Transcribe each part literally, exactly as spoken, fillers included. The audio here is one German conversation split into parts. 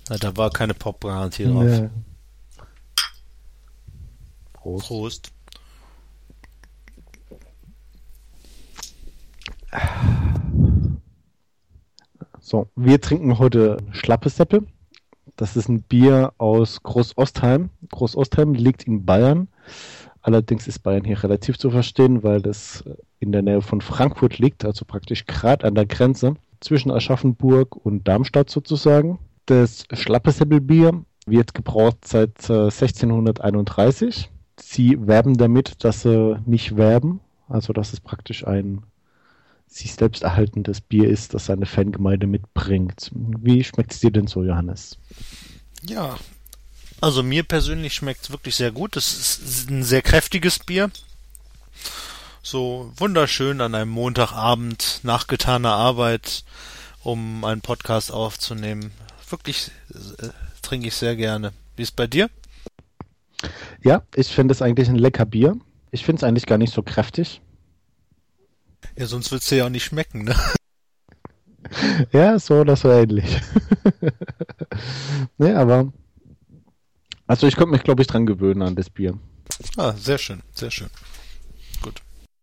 Na, da war keine Pop-Garantie drauf. Nee. Prost. Prost. So, wir trinken heute Schlappeseppel. Das ist ein Bier aus Großostheim. Großostheim liegt in Bayern. Allerdings ist Bayern hier relativ zu verstehen, weil das in der Nähe von Frankfurt liegt, also praktisch gerade an der Grenze zwischen Aschaffenburg und Darmstadt sozusagen. Das Schlappeseppelbier wird gebraut seit äh, sechzehnhunderteinunddreißig. Sie werben damit, dass sie nicht werben, also dass es praktisch ein sich selbst erhaltendes Bier ist, das seine Fangemeinde mitbringt. Wie schmeckt es dir denn so, Johannes? Ja, also mir persönlich schmeckt es wirklich sehr gut. Es ist ein sehr kräftiges Bier. So wunderschön an einem Montagabend nach getaner Arbeit, um einen Podcast aufzunehmen. Wirklich äh, trinke ich sehr gerne. Wie ist es bei dir? Ja, ich finde es eigentlich ein lecker Bier. Ich finde es eigentlich gar nicht so kräftig. Ja, sonst wird es dir ja auch nicht schmecken, ne? Ja, so oder so ähnlich. Ne, aber also ich könnte mich, glaube ich, dran gewöhnen an das Bier. Ah, sehr schön, sehr schön. Gut.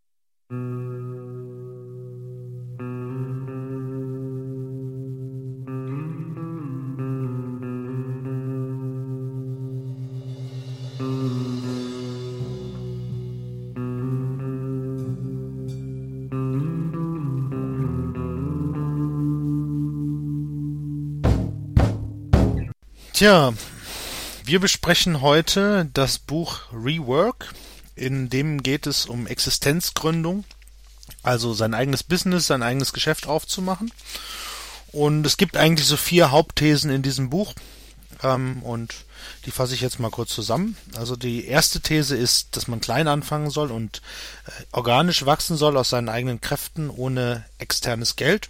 Tja, wir besprechen heute das Buch Rework, in dem geht es um Existenzgründung, also sein eigenes Business, sein eigenes Geschäft aufzumachen. Und es gibt eigentlich so vier Hauptthesen in diesem Buch, ähm, und die fasse ich jetzt mal kurz zusammen. Also die erste These ist, dass man klein anfangen soll und äh, organisch wachsen soll aus seinen eigenen Kräften ohne externes Geld.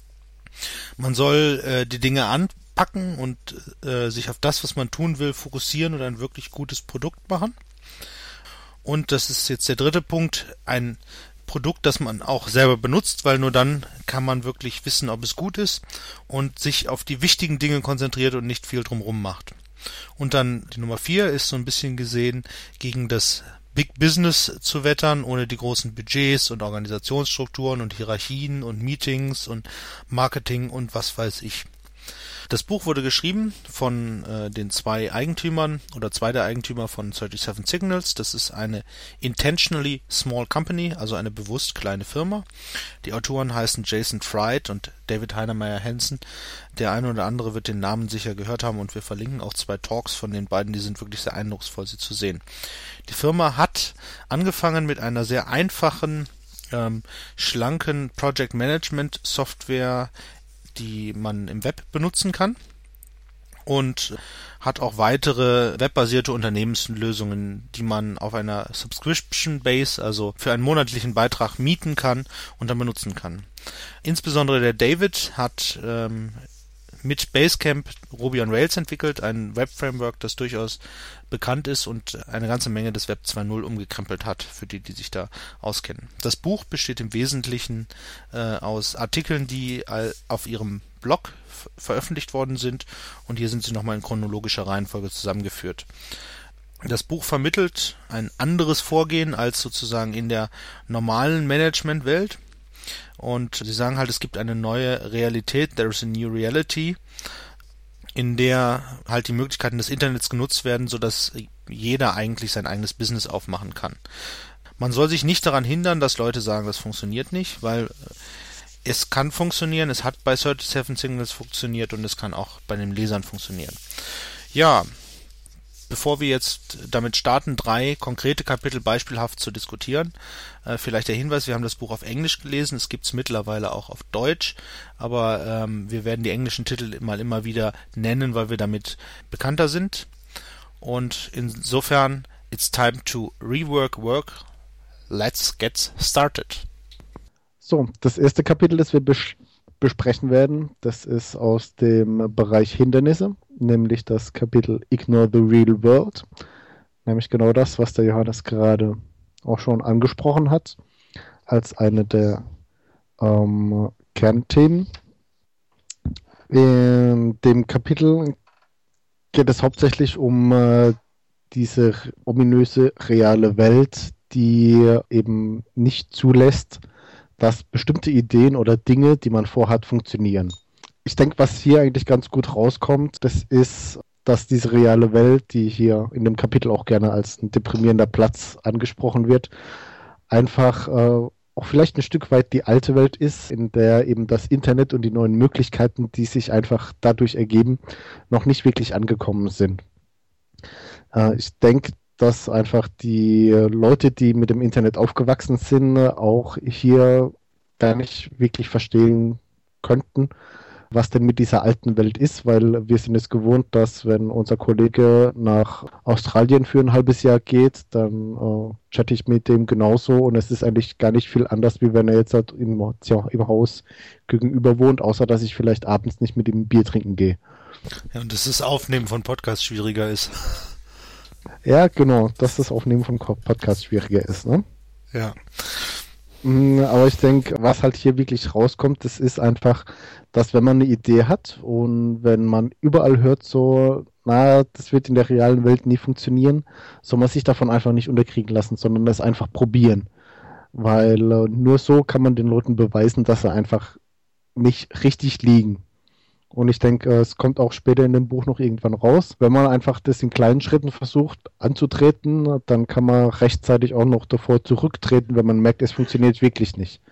Man soll äh, die Dinge anpacken und äh, sich auf das, was man tun will, fokussieren und ein wirklich gutes Produkt machen. Und das ist jetzt der dritte Punkt, ein Produkt, das man auch selber benutzt, weil nur dann kann man wirklich wissen, ob es gut ist und sich auf die wichtigen Dinge konzentriert und nicht viel drumherum macht. Und dann die Nummer vier ist so ein bisschen gesehen, gegen das Big Business zu wettern, ohne die großen Budgets und Organisationsstrukturen und Hierarchien und Meetings und Marketing und was weiß ich. Das Buch wurde geschrieben von äh, den zwei Eigentümern oder zwei der Eigentümer von siebenunddreißig Signals. Das ist eine intentionally small company, also eine bewusst kleine Firma. Die Autoren heißen Jason Fried und David Heinemeier Hansen. Der eine oder andere wird den Namen sicher gehört haben und wir verlinken auch zwei Talks von den beiden, die sind wirklich sehr eindrucksvoll, sie zu sehen. Die Firma hat angefangen mit einer sehr einfachen, ähm, schlanken Project Management Software, die man im Web benutzen kann und hat auch weitere webbasierte Unternehmenslösungen, die man auf einer Subscription Base, also für einen monatlichen Beitrag mieten kann und dann benutzen kann. Insbesondere der David hat ähm, mit Basecamp Ruby on Rails entwickelt, ein Web-Framework, das durchaus bekannt ist und eine ganze Menge des Web zwei Punkt null umgekrempelt hat, für die, die sich da auskennen. Das Buch besteht im Wesentlichen äh, aus Artikeln, die all, auf ihrem Blog f- veröffentlicht worden sind und hier sind sie nochmal in chronologischer Reihenfolge zusammengeführt. Das Buch vermittelt ein anderes Vorgehen als sozusagen in der normalen Managementwelt. Und sie sagen halt, es gibt eine neue Realität, there is a new reality, in der halt die Möglichkeiten des Internets genutzt werden, sodass jeder eigentlich sein eigenes Business aufmachen kann. Man soll sich nicht daran hindern, dass Leute sagen, das funktioniert nicht, weil es kann funktionieren, es hat bei siebenunddreißig Signals funktioniert und es kann auch bei den Lesern funktionieren. Ja, bevor wir jetzt damit starten, drei konkrete Kapitel beispielhaft zu diskutieren. Äh, vielleicht der Hinweis, wir haben das Buch auf Englisch gelesen, es gibt es mittlerweile auch auf Deutsch, aber ähm, wir werden die englischen Titel mal immer wieder nennen, weil wir damit bekannter sind. Und insofern, it's time to rework work. Let's get started. So, das erste Kapitel, das wir bes- besprechen werden, das ist aus dem Bereich Hindernisse, nämlich das Kapitel Ignore the Real World, nämlich genau das, was der Johannes gerade auch schon angesprochen hat, als eine der ähm, Kernthemen. In dem Kapitel geht es hauptsächlich um äh, diese ominöse reale Welt, die eben nicht zulässt, dass bestimmte Ideen oder Dinge, die man vorhat, funktionieren. Ich denke, was hier eigentlich ganz gut rauskommt, das ist, dass diese reale Welt, die hier in dem Kapitel auch gerne als ein deprimierender Platz angesprochen wird, einfach äh, auch vielleicht ein Stück weit die alte Welt ist, in der eben das Internet und die neuen Möglichkeiten, die sich einfach dadurch ergeben, noch nicht wirklich angekommen sind. Äh, ich denke, dass einfach die Leute, die mit dem Internet aufgewachsen sind, auch hier gar nicht wirklich verstehen könnten, was denn mit dieser alten Welt ist, weil wir sind es gewohnt, dass wenn unser Kollege nach Australien für ein halbes Jahr geht, dann äh, chatte ich mit dem genauso und es ist eigentlich gar nicht viel anders, wie wenn er jetzt halt im, tja, im Haus gegenüber wohnt, außer dass ich vielleicht abends nicht mit ihm Bier trinken gehe. Ja, und dass das Aufnehmen von Podcasts schwieriger ist. Ja, genau, dass das Aufnehmen von Podcasts schwieriger ist, ne? Ja. Aber ich denke, was halt hier wirklich rauskommt, das ist einfach, dass wenn man eine Idee hat und wenn man überall hört so, na, das wird in der realen Welt nie funktionieren, soll man sich davon einfach nicht unterkriegen lassen, sondern das einfach probieren. Weil äh, nur so kann man den Leuten beweisen, dass sie einfach nicht richtig liegen. Und ich denke, es kommt auch später in dem Buch noch irgendwann raus. Wenn man einfach das in kleinen Schritten versucht anzutreten, dann kann man rechtzeitig auch noch davor zurücktreten, wenn man merkt, es funktioniert wirklich nicht.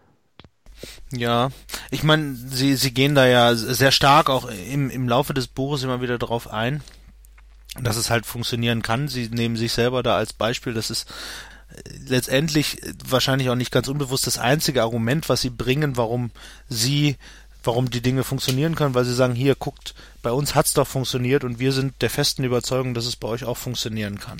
Ja, ich meine, sie, sie gehen da ja sehr stark auch im, im Laufe des Buches immer wieder darauf ein, dass es halt funktionieren kann. Sie nehmen sich selber da als Beispiel. Das ist letztendlich wahrscheinlich auch nicht ganz unbewusst das einzige Argument, was sie bringen, warum sie warum die Dinge funktionieren können, weil sie sagen, hier, guckt, bei uns hat's doch funktioniert und wir sind der festen Überzeugung, dass es bei euch auch funktionieren kann.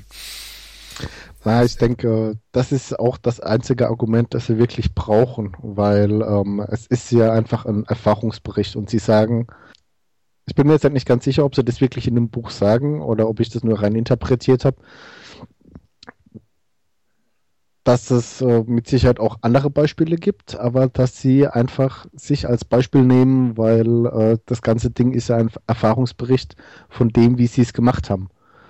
Na, ich denke, das ist auch das einzige Argument, das sie wirklich brauchen, weil ähm, es ist ja einfach ein Erfahrungsbericht und sie sagen, ich bin mir jetzt halt nicht ganz sicher, ob sie das wirklich in dem Buch sagen oder ob ich das nur rein interpretiert habe, dass es äh, mit Sicherheit auch andere Beispiele gibt, aber dass sie einfach sich als Beispiel nehmen, weil äh, das ganze Ding ist ja ein Erfahrungsbericht von dem, wie sie es gemacht haben.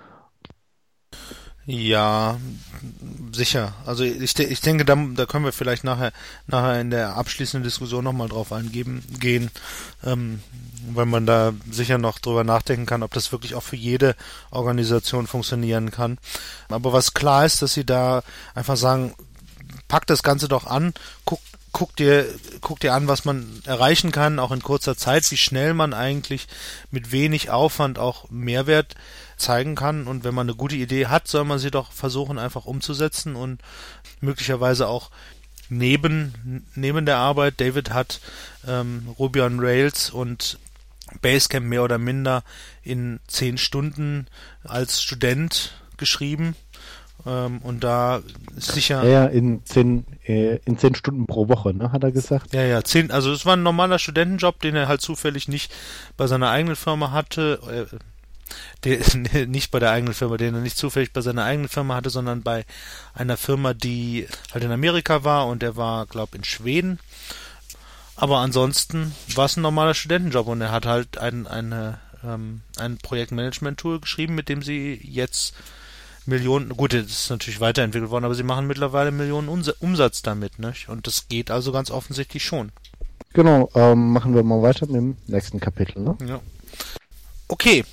Ja, sicher. Also ich, ich denke, da, da können wir vielleicht nachher, nachher in der abschließenden Diskussion nochmal drauf eingehen, gehen, ähm, weil man da sicher noch drüber nachdenken kann, ob das wirklich auch für jede Organisation funktionieren kann. Aber was klar ist, dass sie da einfach sagen, pack das Ganze doch an, guck, guck dir, guck dir an, was man erreichen kann, auch in kurzer Zeit, wie schnell man eigentlich mit wenig Aufwand auch Mehrwert zeigen kann, und wenn man eine gute Idee hat, soll man sie doch versuchen einfach umzusetzen und möglicherweise auch neben neben der Arbeit. David hat ähm, Ruby on Rails und Basecamp mehr oder minder in zehn Stunden als Student geschrieben, ähm, und da ist sicher... Ja, ja, in zehn, äh, in zehn Stunden pro Woche, ne, hat er gesagt. Ja, ja, zehn, also es war ein normaler Studentenjob, den er halt zufällig nicht bei seiner eigenen Firma hatte, äh, Der, nicht bei der eigenen Firma, den er nicht zufällig bei seiner eigenen Firma hatte, sondern bei einer Firma, die halt in Amerika war, und er war, glaube in Schweden. Aber ansonsten war es ein normaler Studentenjob, und er hat halt ein, eine, ähm, ein Projektmanagement-Tool geschrieben, mit dem sie jetzt Millionen, gut, das ist natürlich weiterentwickelt worden, aber sie machen mittlerweile Millionen Umsatz damit, nicht? Und das geht also ganz offensichtlich schon. Genau, ähm, machen wir mal weiter mit dem nächsten Kapitel, ne? Ja. Okay.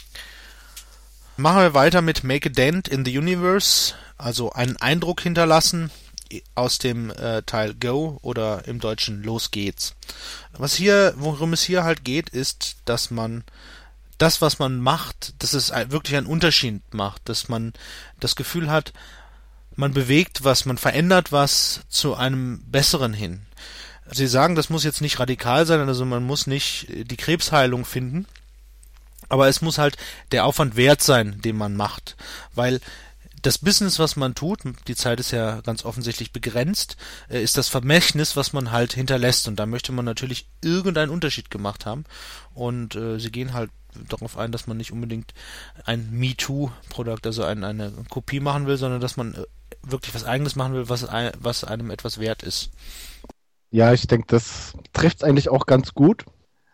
Machen wir weiter mit Make a Dent in the Universe, also einen Eindruck hinterlassen aus dem äh, Teil Go, oder im Deutschen Los geht's. Was hier, worum es hier halt geht, ist, dass man das, was man macht, dass es wirklich einen Unterschied macht, dass man das Gefühl hat, man bewegt was, man verändert was zu einem Besseren hin. Sie sagen, das muss jetzt nicht radikal sein, also man muss nicht die Krebsheilung finden, aber es muss halt der Aufwand wert sein, den man macht, weil das Business, was man tut, die Zeit ist ja ganz offensichtlich begrenzt, ist das Vermächtnis, was man halt hinterlässt, und da möchte man natürlich irgendeinen Unterschied gemacht haben, und äh, sie gehen halt darauf ein, dass man nicht unbedingt ein MeToo-Produkt, also ein, eine Kopie machen will, sondern dass man wirklich was Eigenes machen will, was, ein, was einem etwas wert ist. Ja, ich denke, das trifft es eigentlich auch ganz gut.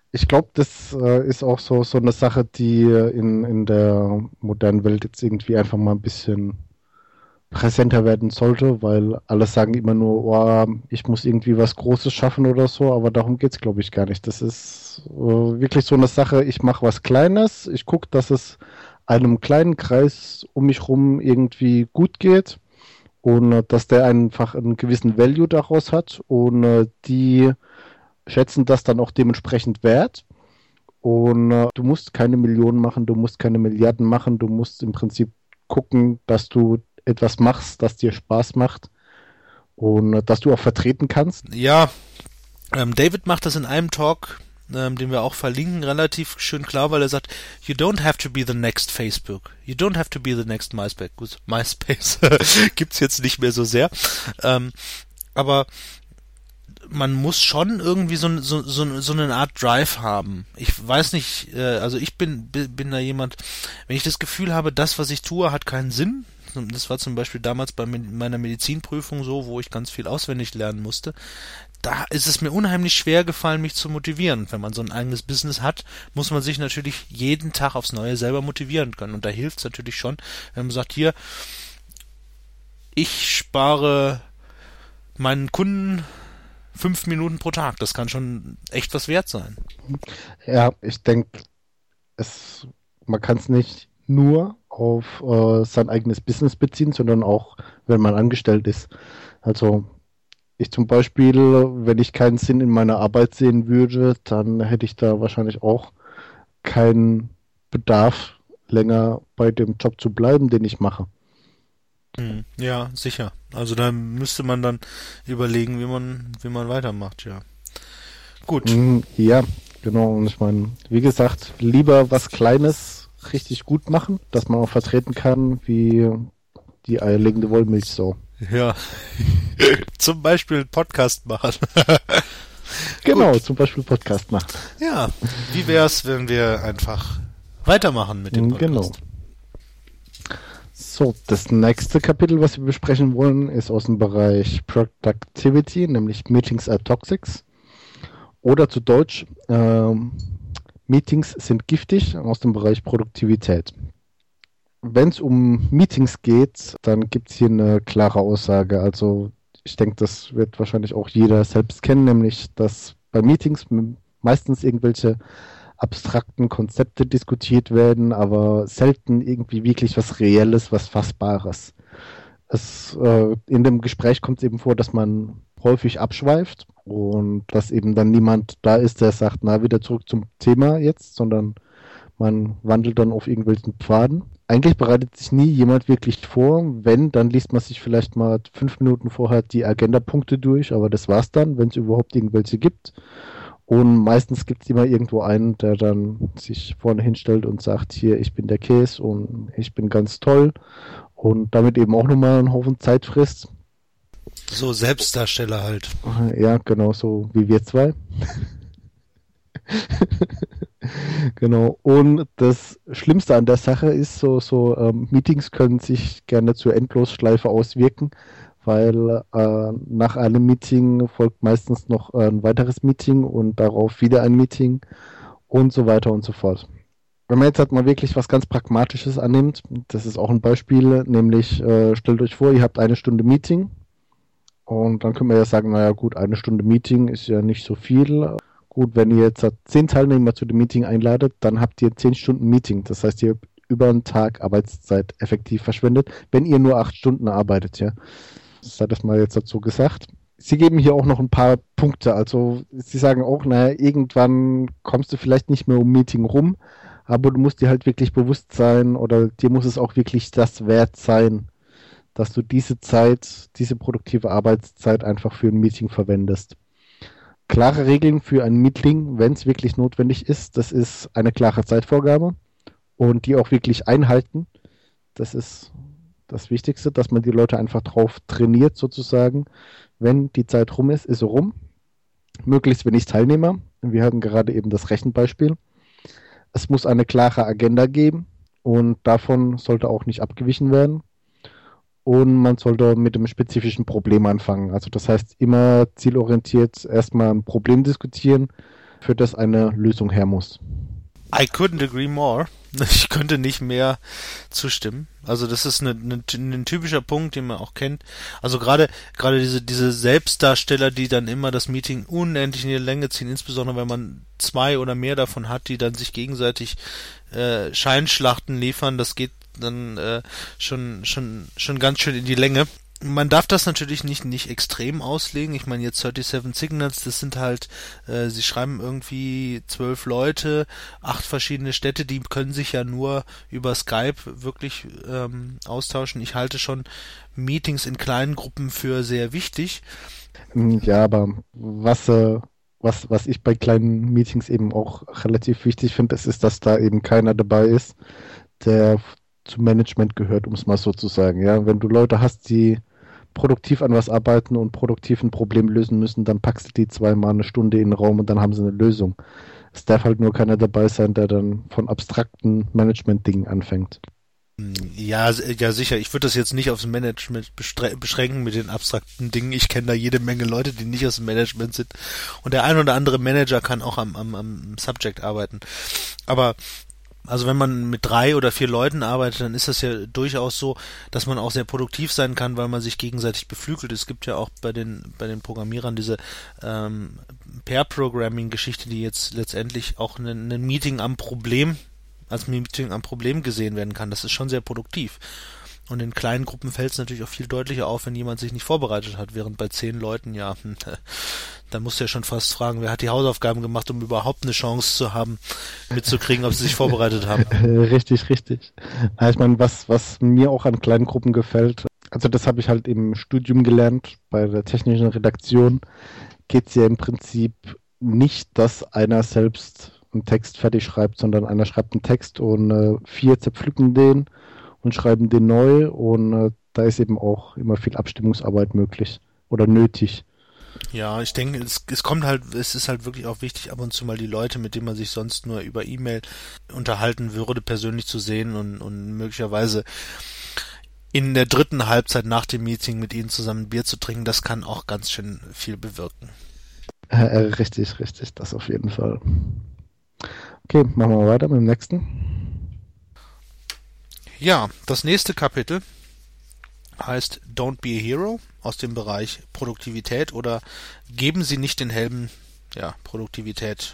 Ich glaube, das äh, ist auch so, so eine Sache, die in, in der modernen Welt jetzt irgendwie einfach mal ein bisschen präsenter werden sollte, weil alle sagen immer nur, oh, ich muss irgendwie was Großes schaffen oder so, aber darum geht's, glaube ich, gar nicht. Das ist äh, wirklich so eine Sache, ich mache was Kleines, ich gucke, dass es einem kleinen Kreis um mich rum irgendwie gut geht und äh, dass der einfach einen gewissen Value daraus hat und äh, die schätzen das dann auch dementsprechend wert. Und äh, du musst keine Millionen machen, du musst keine Milliarden machen, du musst im Prinzip gucken, dass du etwas machst, das dir Spaß macht und äh, dass du auch vertreten kannst. Ja, ähm, David macht das in einem Talk, ähm, den wir auch verlinken, relativ schön klar, weil er sagt, you don't have to be the next Facebook. You don't have to be the next MySpace. Gut, MySpace gibt's jetzt nicht mehr so sehr. Ähm, aber man muss schon irgendwie so, so, so, so eine Art Drive haben. Ich weiß nicht, äh, also ich bin, bin da jemand, wenn ich das Gefühl habe, das, was ich tue, hat keinen Sinn. Das war zum Beispiel damals bei meiner Medizinprüfung so, wo ich ganz viel auswendig lernen musste. Da ist es mir unheimlich schwer gefallen, mich zu motivieren. Wenn man so ein eigenes Business hat, muss man sich natürlich jeden Tag aufs Neue selber motivieren können. Und da hilft es natürlich schon, wenn man sagt, hier, ich spare meinen Kunden fünf Minuten pro Tag. Das kann schon echt was wert sein. Ja, ich denke, es, man kann es nicht nur auf äh, sein eigenes Business beziehen, sondern auch, wenn man angestellt ist. Also ich zum Beispiel, wenn ich keinen Sinn in meiner Arbeit sehen würde, dann hätte ich da wahrscheinlich auch keinen Bedarf, länger bei dem Job zu bleiben, den ich mache. Ja, sicher. Also da müsste man dann überlegen, wie man, wie man weitermacht, ja. Gut. Ja, genau. Und ich meine, wie gesagt, lieber was Kleines richtig gut machen, dass man auch vertreten kann, wie die eierlegende Wollmilchsau. Ja. Zum Beispiel Podcast machen. Genau, Gut. Zum Beispiel Podcast machen. Ja, wie wär's, wenn wir einfach weitermachen mit dem Podcast? Genau. So, das nächste Kapitel, was wir besprechen wollen, ist aus dem Bereich Productivity, nämlich Meetings are Toxic. Oder zu Deutsch, ähm, Meetings sind giftig, aus dem Bereich Produktivität. Wenn es um Meetings geht, dann gibt es hier eine klare Aussage. Also ich denke, das wird wahrscheinlich auch jeder selbst kennen, nämlich dass bei Meetings meistens irgendwelche abstrakten Konzepte diskutiert werden, aber selten irgendwie wirklich was Reelles, was Fassbares. Es, äh, in dem Gespräch kommt es eben vor, dass man häufig abschweift und dass eben dann niemand da ist, der sagt, na, wieder zurück zum Thema jetzt, sondern man wandelt dann auf irgendwelchen Pfaden. Eigentlich bereitet sich nie jemand wirklich vor. Wenn, dann liest man sich vielleicht mal fünf Minuten vorher die Agendapunkte durch, aber das war's dann, wenn es überhaupt irgendwelche gibt. Und meistens gibt es immer irgendwo einen, der dann sich vorne hinstellt und sagt, hier, ich bin der Käse und ich bin ganz toll und damit eben auch nochmal einen Haufen Zeit frisst. So Selbstdarsteller halt. Ja, genau, so wie wir zwei. Genau. Und das Schlimmste an der Sache ist, so, so ähm, Meetings können sich gerne zur Endlosschleife auswirken, weil äh, nach einem Meeting folgt meistens noch äh, ein weiteres Meeting und darauf wieder ein Meeting und so weiter und so fort. Wenn man jetzt halt mal wirklich was ganz Pragmatisches annimmt, das ist auch ein Beispiel, nämlich äh, stellt euch vor, ihr habt eine Stunde Meeting und dann können wir ja sagen, naja gut, eine Stunde Meeting ist ja nicht so viel. Gut, wenn ihr jetzt zehn Teilnehmer zu dem Meeting einladet, dann habt ihr zehn Stunden Meeting. Das heißt, ihr habt über einen Tag Arbeitszeit effektiv verschwendet, wenn ihr nur acht Stunden arbeitet, ja. Das hat das mal jetzt dazu gesagt. Sie geben hier auch noch ein paar Punkte. Also sie sagen auch, naja, irgendwann kommst du vielleicht nicht mehr um Meeting rum, aber du musst dir halt wirklich bewusst sein oder dir muss es auch wirklich das wert sein, dass du diese Zeit, diese produktive Arbeitszeit einfach für ein Meeting verwendest. Klare Regeln für ein Meeting, wenn es wirklich notwendig ist, das ist eine klare Zeitvorgabe und die auch wirklich einhalten. Das ist das Wichtigste, dass man die Leute einfach drauf trainiert sozusagen. Wenn die Zeit rum ist, ist sie rum. Möglichst wenig Teilnehmer. Wir hatten gerade eben das Rechenbeispiel. Es muss eine klare Agenda geben und davon sollte auch nicht abgewichen werden. Und man sollte mit einem spezifischen Problem anfangen. Also das heißt, immer zielorientiert erstmal ein Problem diskutieren. für das eine Lösung her muss. I couldn't agree more. Ich könnte nicht mehr zustimmen. Also das ist eine, eine, ein typischer Punkt, den man auch kennt. Also gerade gerade diese diese Selbstdarsteller, die dann immer das Meeting unendlich in die Länge ziehen, insbesondere wenn man zwei oder mehr davon hat, die dann sich gegenseitig äh, Scheinschlachten liefern, das geht dann äh, schon schon schon ganz schön in die Länge. Man darf das natürlich nicht nicht extrem auslegen. Ich meine jetzt siebenunddreißig Signals, das sind halt, äh, sie schreiben irgendwie zwölf Leute, acht verschiedene Städte, die können sich ja nur über Skype wirklich ähm, austauschen. Ich halte schon Meetings in kleinen Gruppen für sehr wichtig. Ja, aber was äh, was was ich bei kleinen Meetings eben auch relativ wichtig finde, ist, ist, dass da eben keiner dabei ist, der zum Management gehört, um es mal so zu sagen. Ja, wenn du Leute hast, die produktiv an was arbeiten und produktiv ein Problem lösen müssen, dann packst du die zweimal eine Stunde in den Raum und dann haben sie eine Lösung. Es darf halt nur keiner dabei sein, der dann von abstrakten Management-Dingen anfängt. Ja, ja sicher. Ich würde das jetzt nicht aufs Management beschränken mit den abstrakten Dingen. Ich kenne da jede Menge Leute, die nicht aus dem Management sind. Und der ein oder andere Manager kann auch am, am, am Subject arbeiten. Aber also wenn man mit drei oder vier Leuten arbeitet, dann ist das ja durchaus so, dass man auch sehr produktiv sein kann, weil man sich gegenseitig beflügelt. Es gibt ja auch bei den bei den Programmierern diese ähm, Pair-Programming-Geschichte, die jetzt letztendlich auch ein, ein Meeting am Problem, als Meeting am Problem gesehen werden kann. Das ist schon sehr produktiv. Und in kleinen Gruppen fällt es natürlich auch viel deutlicher auf, wenn jemand sich nicht vorbereitet hat, während bei zehn Leuten, ja, da musst du ja schon fast fragen, wer hat die Hausaufgaben gemacht, um überhaupt eine Chance zu haben, mitzukriegen, ob sie sich vorbereitet haben. Richtig, richtig. Ich meine, was, was mir auch an kleinen Gruppen gefällt, also das habe ich halt im Studium gelernt, bei der technischen Redaktion geht es ja im Prinzip nicht, dass einer selbst einen Text fertig schreibt, sondern einer schreibt einen Text und äh, vier zerpflücken den und schreiben den neu und äh, da ist eben auch immer viel Abstimmungsarbeit möglich oder nötig. Ja, ich denke, es, es kommt halt, es ist halt wirklich auch wichtig, ab und zu mal die Leute, mit denen man sich sonst nur über E-Mail unterhalten würde, persönlich zu sehen und, und möglicherweise in der dritten Halbzeit nach dem Meeting mit ihnen zusammen ein Bier zu trinken, das kann auch ganz schön viel bewirken. Äh, richtig, richtig, das auf jeden Fall. Okay, machen wir weiter mit dem nächsten. Ja, das nächste Kapitel heißt Don't be a Hero aus dem Bereich Produktivität oder geben Sie nicht den Helden, ja, Produktivität.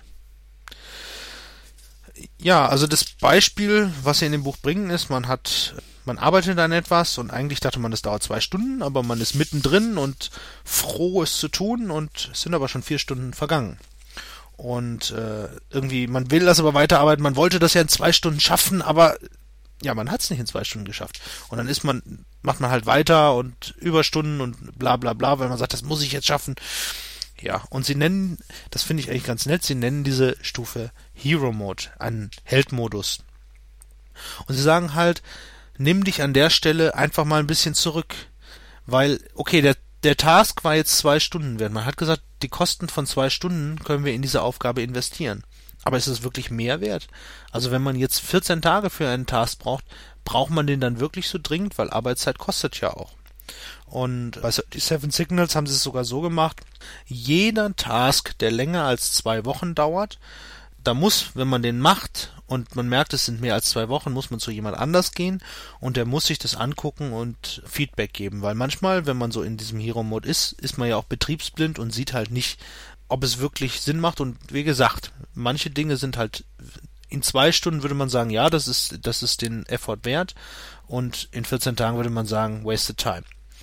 Ja, also das Beispiel, was Sie in dem Buch bringen, ist, man hat, man arbeitet an etwas und eigentlich dachte man, das dauert zwei Stunden, aber man ist mittendrin und froh, es zu tun und es sind aber schon vier Stunden vergangen. Und äh, irgendwie, man will das aber weiterarbeiten, man wollte das ja in zwei Stunden schaffen, aber ja, man hat es nicht in zwei Stunden geschafft. Und dann ist man, macht man halt weiter und Überstunden und bla bla bla, weil man sagt, das muss ich jetzt schaffen. Ja, und sie nennen, das finde ich eigentlich ganz nett, sie nennen diese Stufe Hero Mode, einen Heldmodus. Und sie sagen halt, nimm dich an der Stelle einfach mal ein bisschen zurück. Weil, okay, der, der Task war jetzt zwei Stunden wert. Man hat gesagt, die Kosten von zwei Stunden können wir in diese Aufgabe investieren. Aber ist es wirklich mehr wert? Also wenn man jetzt vierzehn Tage für einen Task braucht, braucht man den dann wirklich so dringend? Weil Arbeitszeit kostet ja auch. Und bei die Seven Signals haben sie es sogar so gemacht, jeder Task, der länger als zwei Wochen dauert, da muss, wenn man den macht und man merkt, es sind mehr als zwei Wochen, muss man zu jemand anders gehen und der muss sich das angucken und Feedback geben. Weil manchmal, wenn man so in diesem Hero-Mode ist, ist man ja auch betriebsblind und sieht halt nicht, ob es wirklich Sinn macht. Und wie gesagt, manche Dinge sind halt, in zwei Stunden würde man sagen, ja, das ist, das ist den Effort wert. Und in vierzehn Tagen würde man sagen, wasted time.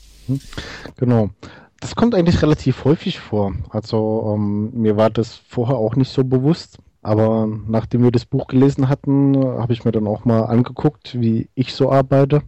Genau. Das kommt eigentlich relativ häufig vor. Also ähm, mir war das vorher auch nicht so bewusst. Aber nachdem wir das Buch gelesen hatten, habe ich mir dann auch mal angeguckt, wie ich so arbeite.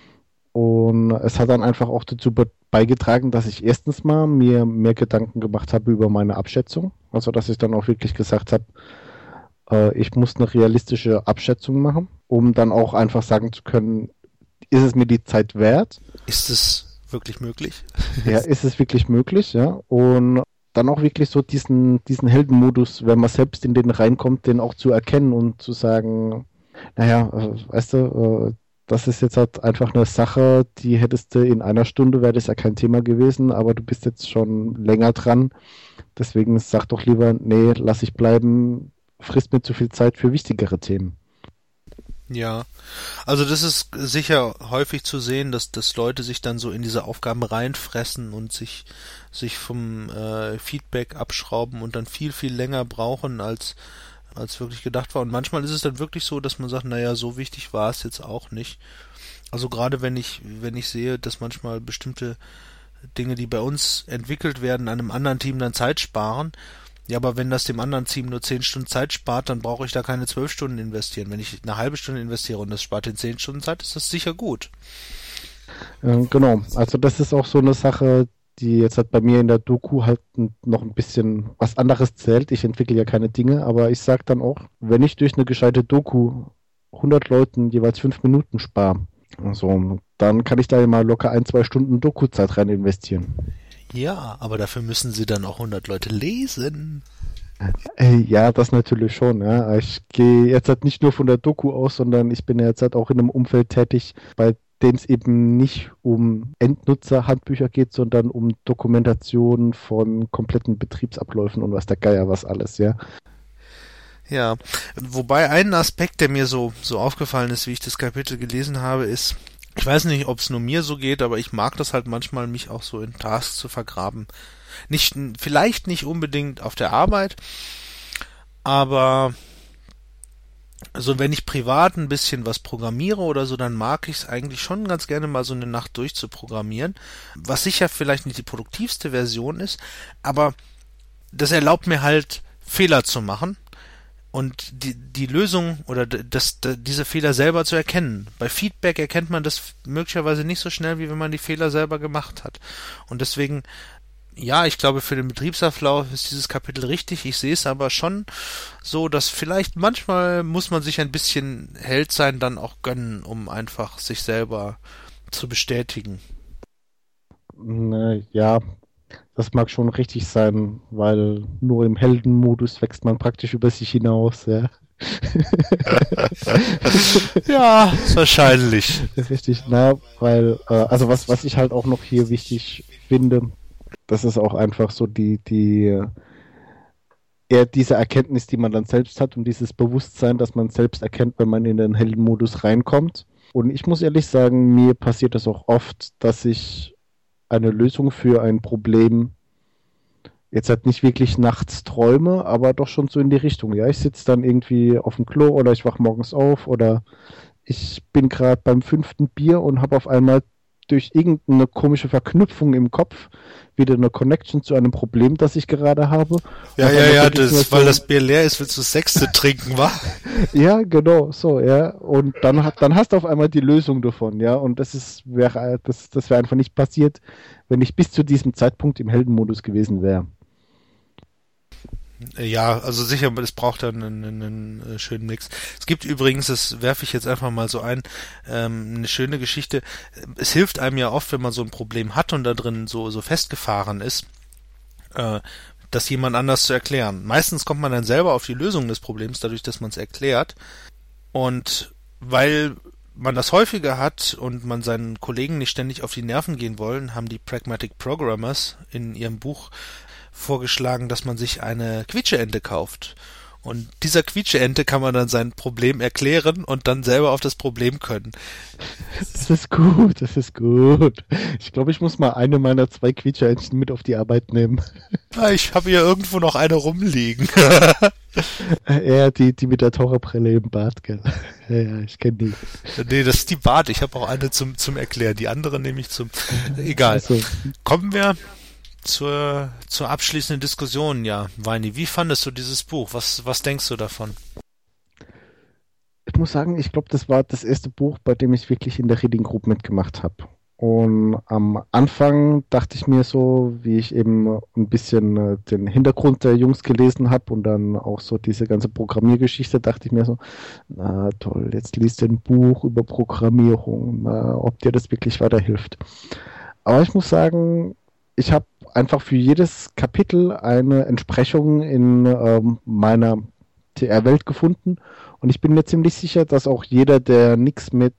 Und es hat dann einfach auch dazu beigetragen, dass ich erstens mal mir mehr Gedanken gemacht habe über meine Abschätzung. Also dass ich dann auch wirklich gesagt habe, äh, ich muss eine realistische Abschätzung machen, um dann auch einfach sagen zu können, ist es mir die Zeit wert? Ist es wirklich möglich? Ja, ist es wirklich möglich, ja. Und dann auch wirklich so diesen, diesen Heldenmodus, wenn man selbst in den reinkommt, den auch zu erkennen und zu sagen, naja, äh, weißt du, äh, das ist jetzt halt einfach eine Sache, die hättest du in einer Stunde, wäre das ja kein Thema gewesen, aber du bist jetzt schon länger dran. Deswegen sag doch lieber, nee, lass ich bleiben, frisst mir zu viel Zeit für wichtigere Themen. Ja, also das ist sicher häufig zu sehen, dass, dass Leute sich dann so in diese Aufgaben reinfressen und sich, sich vom äh, Feedback abschrauben und dann viel, viel länger brauchen, als, als wirklich gedacht war. Und manchmal ist es dann wirklich so, dass man sagt, naja, so wichtig war es jetzt auch nicht. Also gerade wenn ich, wenn ich sehe, dass manchmal bestimmte Dinge, die bei uns entwickelt werden, einem anderen Team dann Zeit sparen. Ja, aber wenn das dem anderen Team nur zehn Stunden Zeit spart, dann brauche ich da keine zwölf Stunden investieren. Wenn ich eine halbe Stunde investiere und das spart den zehn Stunden Zeit, ist das sicher gut. Äh, genau, also das ist auch so eine Sache, die jetzt halt bei mir in der Doku halt noch ein bisschen was anderes zählt. Ich entwickle ja keine Dinge, aber ich sage dann auch, wenn ich durch eine gescheite Doku hundert Leuten jeweils fünf Minuten spare, also, dann kann ich da mal locker ein, zwei Stunden Doku-Zeit rein investieren. Ja, aber dafür müssen sie dann auch hundert Leute lesen. Äh, ja, das natürlich schon. Ja. Ich gehe jetzt halt nicht nur von der Doku aus, sondern ich bin jetzt halt auch in einem Umfeld tätig, bei dem es eben nicht um Endnutzer-Handbücher geht, sondern um Dokumentation von kompletten Betriebsabläufen und was der Geier was alles, ja. Ja, wobei ein Aspekt, der mir so, so aufgefallen ist, wie ich das Kapitel gelesen habe, ist, ich weiß nicht, ob es nur mir so geht, aber ich mag das halt manchmal, mich auch so in Tasks zu vergraben. Nicht, vielleicht nicht unbedingt auf der Arbeit, aber also wenn ich privat ein bisschen was programmiere oder so, dann mag ich es eigentlich schon ganz gerne mal so eine Nacht durchzuprogrammieren, was sicher vielleicht nicht die produktivste Version ist, aber das erlaubt mir halt, Fehler zu machen. Und die, die Lösung oder das, das, diese Fehler selber zu erkennen. Bei Feedback erkennt man das möglicherweise nicht so schnell, wie wenn man die Fehler selber gemacht hat. Und deswegen, ja, ich glaube, für den Betriebsablauf ist dieses Kapitel richtig. Ich sehe es aber schon so, dass vielleicht manchmal muss man sich ein bisschen Held sein, dann auch gönnen, um einfach sich selber zu bestätigen. Ja, das mag schon richtig sein, weil nur im Heldenmodus wächst man praktisch über sich hinaus, ja. Ja, wahrscheinlich. Richtig, na, weil, äh, also was, was ich halt auch noch hier wichtig finde, das ist auch einfach so die, die, eher diese Erkenntnis, die man dann selbst hat und dieses Bewusstsein, dass man selbst erkennt, wenn man in den Heldenmodus reinkommt. Und ich muss ehrlich sagen, mir passiert das auch oft, dass ich eine Lösung für ein Problem jetzt halt nicht wirklich nachts träume, aber doch schon so in die Richtung. Ja, ich sitze dann irgendwie auf dem Klo oder ich wach morgens auf oder ich bin gerade beim fünften Bier und habe auf einmal durch irgendeine komische Verknüpfung im Kopf wieder eine Connection zu einem Problem, das ich gerade habe. Ja, ja, ja, das, weil das Bier leer ist, willst du das sechste trinken, wa? Ja, genau, so, ja. Und dann hat, dann hast du auf einmal die Lösung davon, ja. Und das ist, wäre, das, das wäre einfach nicht passiert, wenn ich bis zu diesem Zeitpunkt im Heldenmodus gewesen wäre. Ja, also sicher, es braucht dann einen, einen, einen schönen Mix. Es gibt übrigens, das werfe ich jetzt einfach mal so ein, ähm, eine schöne Geschichte. Es hilft einem ja oft, wenn man so ein Problem hat und da drin so, so festgefahren ist, äh, das jemand anders zu erklären. Meistens kommt man dann selber auf die Lösung des Problems, dadurch, dass man es erklärt. Und weil man das häufiger hat und man seinen Kollegen nicht ständig auf die Nerven gehen wollen, haben die Pragmatic Programmers in ihrem Buch vorgeschlagen, dass man sich eine Quietscheente kauft. Und dieser Quietscheente kann man dann sein Problem erklären und dann selber auf das Problem können. Das ist gut, das ist gut. Ich glaube, ich muss mal eine meiner zwei Quietscheentchen mit auf die Arbeit nehmen. Ich habe hier irgendwo noch eine rumliegen. Ja, die, die mit der Taucherbrille im Bad, gell. Ja, ja, ich kenne die. Nee, das ist die Bad. Ich habe auch eine zum, zum Erklären. Die andere nehme ich zum... Egal. Also. Kommen wir zur, zur abschließenden Diskussion, ja. Weini, wie fandest du dieses Buch? Was, was denkst du davon? Ich muss sagen, ich glaube, das war das erste Buch, bei dem ich wirklich in der Reading Group mitgemacht habe. Und am Anfang dachte ich mir so, wie ich eben ein bisschen äh, den Hintergrund der Jungs gelesen habe und dann auch so diese ganze Programmiergeschichte, dachte ich mir so, na toll, jetzt liest du ein Buch über Programmierung, na, ob dir das wirklich weiterhilft. Aber ich muss sagen, ich habe einfach für jedes Kapitel eine Entsprechung in ähm, meiner T R-Welt gefunden und ich bin mir ziemlich sicher, dass auch jeder, der nichts mit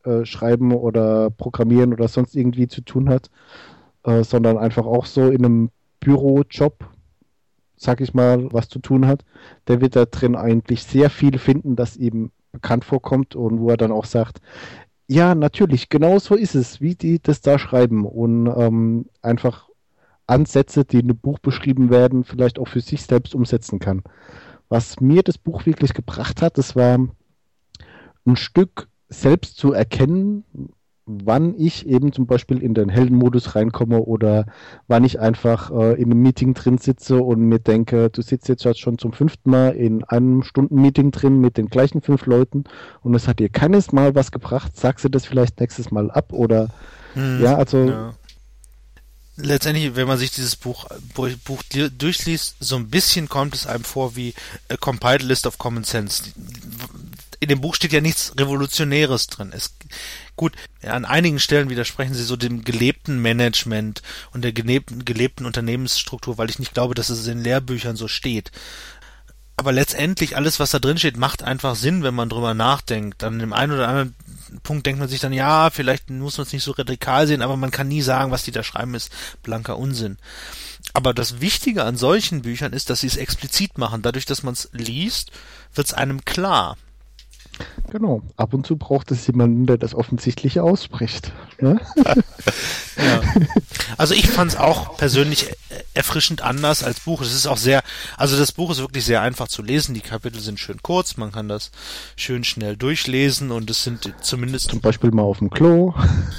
äh, Schreiben oder Programmieren oder sonst irgendwie zu tun hat, äh, sondern einfach auch so in einem Bürojob, sag ich mal, was zu tun hat, der wird da drin eigentlich sehr viel finden, das ihm bekannt vorkommt und wo er dann auch sagt, ja, natürlich, genau so ist es, wie die das da schreiben und ähm, einfach Ansätze, die in einem Buch beschrieben werden, vielleicht auch für sich selbst umsetzen kann. Was mir das Buch wirklich gebracht hat, das war ein Stück selbst zu erkennen, wann ich eben zum Beispiel in den Heldenmodus reinkomme oder wann ich einfach äh, in einem Meeting drin sitze und mir denke, du sitzt jetzt schon zum fünften Mal in einem Stunden-Meeting drin mit den gleichen fünf Leuten und es hat dir keines Mal was gebracht, sagst du das vielleicht nächstes Mal ab oder hm, ja, also ja. Letztendlich, wenn man sich dieses Buch, Buch durchliest, so ein bisschen kommt es einem vor wie A Compiled List of Common Sense. In dem Buch steht ja nichts Revolutionäres drin. Es, gut, an einigen Stellen widersprechen sie so dem gelebten Management und der gelebten, gelebten Unternehmensstruktur, weil ich nicht glaube, dass es in Lehrbüchern so steht. Aber letztendlich, alles, was da drin steht, macht einfach Sinn, wenn man drüber nachdenkt. An dem einen oder anderen Punkt denkt man sich dann, ja, vielleicht muss man es nicht so radikal sehen, aber man kann nie sagen, was die da schreiben, ist blanker Unsinn. Aber das Wichtige an solchen Büchern ist, dass sie es explizit machen. Dadurch, dass man es liest, wird es einem klar. Genau, ab und zu braucht es jemanden, der das Offensichtliche ausspricht. Ne? Ja. Also ich fand es auch persönlich erfrischend anders als Buch. Es ist auch sehr, also das Buch ist wirklich sehr einfach zu lesen. Die Kapitel sind schön kurz, man kann das schön schnell durchlesen und es sind zumindest... Zum Beispiel mal auf dem Klo.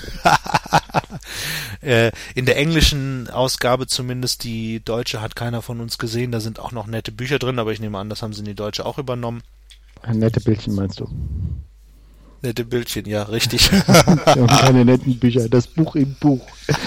In der englischen Ausgabe zumindest, die deutsche hat keiner von uns gesehen, da sind auch noch nette Bücher drin, aber ich nehme an, das haben sie in die deutsche auch übernommen. Nette Bildchen meinst du? Nette Bildchen, ja, richtig. Ja, keine netten Bücher, das Buch im Buch.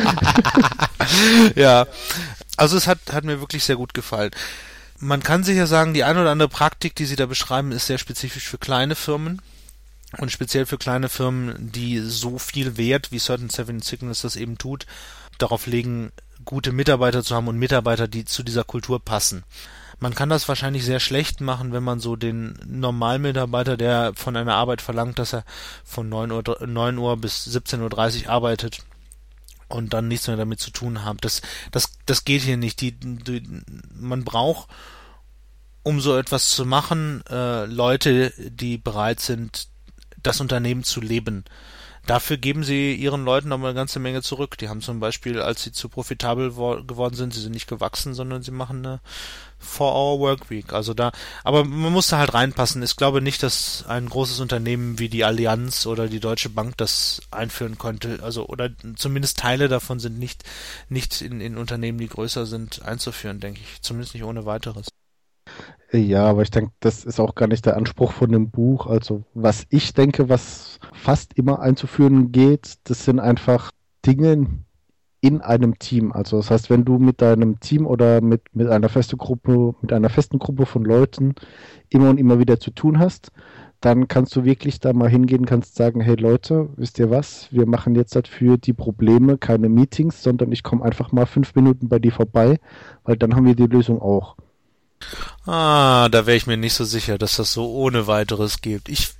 Ja, also es hat, hat mir wirklich sehr gut gefallen. Man kann sicher sagen, die eine oder andere Praktik, die sie da beschreiben, ist sehr spezifisch für kleine Firmen und speziell für kleine Firmen, die so viel Wert, wie Certain Seven Signals das eben tut, darauf legen, gute Mitarbeiter zu haben und Mitarbeiter, die zu dieser Kultur passen. Man kann das wahrscheinlich sehr schlecht machen, wenn man so den Normalmitarbeiter, der von einer Arbeit verlangt, dass er von neun Uhr bis siebzehn Uhr dreißig arbeitet und dann nichts mehr damit zu tun hat. Das, das, das geht hier nicht. Die, die, man braucht, um so etwas zu machen, äh, Leute, die bereit sind, das Unternehmen zu leben. Dafür geben sie ihren Leuten nochmal eine ganze Menge zurück. Die haben zum Beispiel, als sie zu profitabel wo- geworden sind, sie sind nicht gewachsen, sondern sie machen eine Four-Hour-Workweek. Also da, aber man muss da halt reinpassen. Ich glaube nicht, dass ein großes Unternehmen wie die Allianz oder die Deutsche Bank das einführen könnte. Also, oder zumindest Teile davon sind nicht, nicht in, in Unternehmen, die größer sind, einzuführen, denke ich. Zumindest nicht ohne weiteres. Ja, aber ich denke, das ist auch gar nicht der Anspruch von dem Buch. Also was ich denke, was fast immer einzuführen geht, das sind einfach Dinge in einem Team. Also das heißt, wenn du mit deinem Team oder mit, mit einer festen Gruppe, mit einer festen Gruppe von Leuten immer und immer wieder zu tun hast, dann kannst du wirklich da mal hingehen, kannst sagen, hey Leute, wisst ihr was, wir machen jetzt halt für die Probleme keine Meetings, sondern ich komme einfach mal fünf Minuten bei dir vorbei, weil dann haben wir die Lösung auch. Ah, da wäre ich mir nicht so sicher, dass das so ohne weiteres gibt. Ich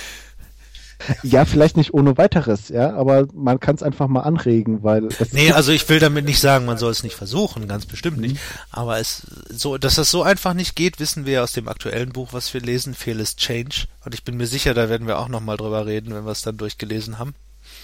Ja, vielleicht nicht ohne weiteres, ja, aber man kann es einfach mal anregen, weil es Nee, also ich will damit nicht sagen, man soll es nicht versuchen, ganz bestimmt nicht. Aber es so, dass das so einfach nicht geht, wissen wir aus dem aktuellen Buch, was wir lesen, Fearless Change. Und ich bin mir sicher, da werden wir auch nochmal drüber reden, wenn wir es dann durchgelesen haben.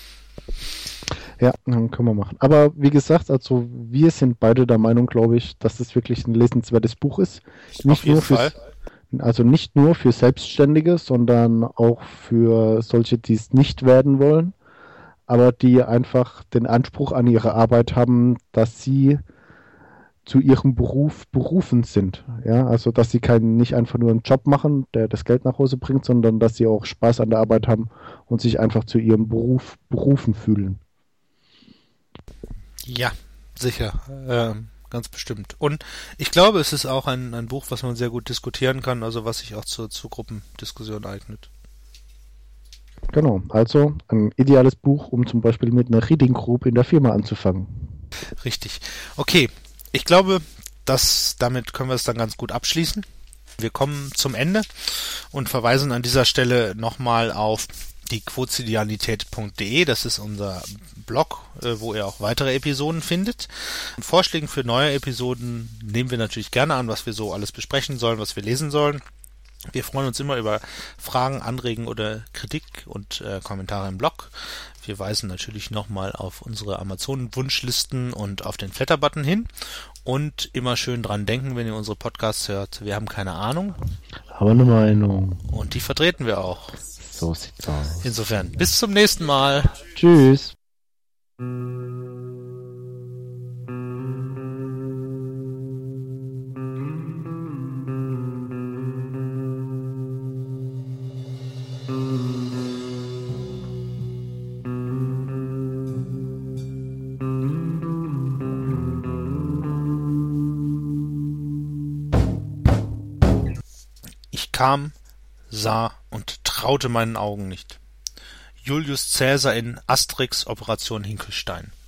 Ja, dann können wir machen. Aber wie gesagt, also wir sind beide der Meinung, glaube ich, dass es wirklich ein lesenswertes Buch ist. Nicht Auf jeden nur fürs, Fall. Also nicht nur für Selbstständige, sondern auch für solche, die es nicht werden wollen, aber die einfach den Anspruch an ihre Arbeit haben, dass sie zu ihrem Beruf berufen sind. Ja, also dass sie keinen, nicht einfach nur einen Job machen, der das Geld nach Hause bringt, sondern dass sie auch Spaß an der Arbeit haben und sich einfach zu ihrem Beruf berufen fühlen. Ja, sicher. Ähm, ganz bestimmt. Und ich glaube, es ist auch ein, ein Buch, was man sehr gut diskutieren kann, also was sich auch zur, zur Gruppendiskussion eignet. Genau, also ein ideales Buch, um zum Beispiel mit einer Reading Group in der Firma anzufangen. Richtig. Okay, ich glaube, dass damit können wir es dann ganz gut abschließen. Wir kommen zum Ende und verweisen an dieser Stelle nochmal auf die quotidianität punkt de, das ist unser Blog, wo ihr auch weitere Episoden findet. Vorschläge für neue Episoden nehmen wir natürlich gerne an, was wir so alles besprechen sollen, was wir lesen sollen. Wir freuen uns immer über Fragen, Anregungen oder Kritik und äh, Kommentare im Blog. Wir weisen natürlich nochmal auf unsere Amazon-Wunschlisten und auf den Flatter-Button hin. Und immer schön dran denken, wenn ihr unsere Podcasts hört. Wir haben keine Ahnung. Aber eine Meinung. Und die vertreten wir auch. So sieht's aus. Insofern, bis zum nächsten Mal. Tschüss. Ich kam, sah und traute meinen Augen nicht. Julius Caesar in Asterix Operation Hinkelstein.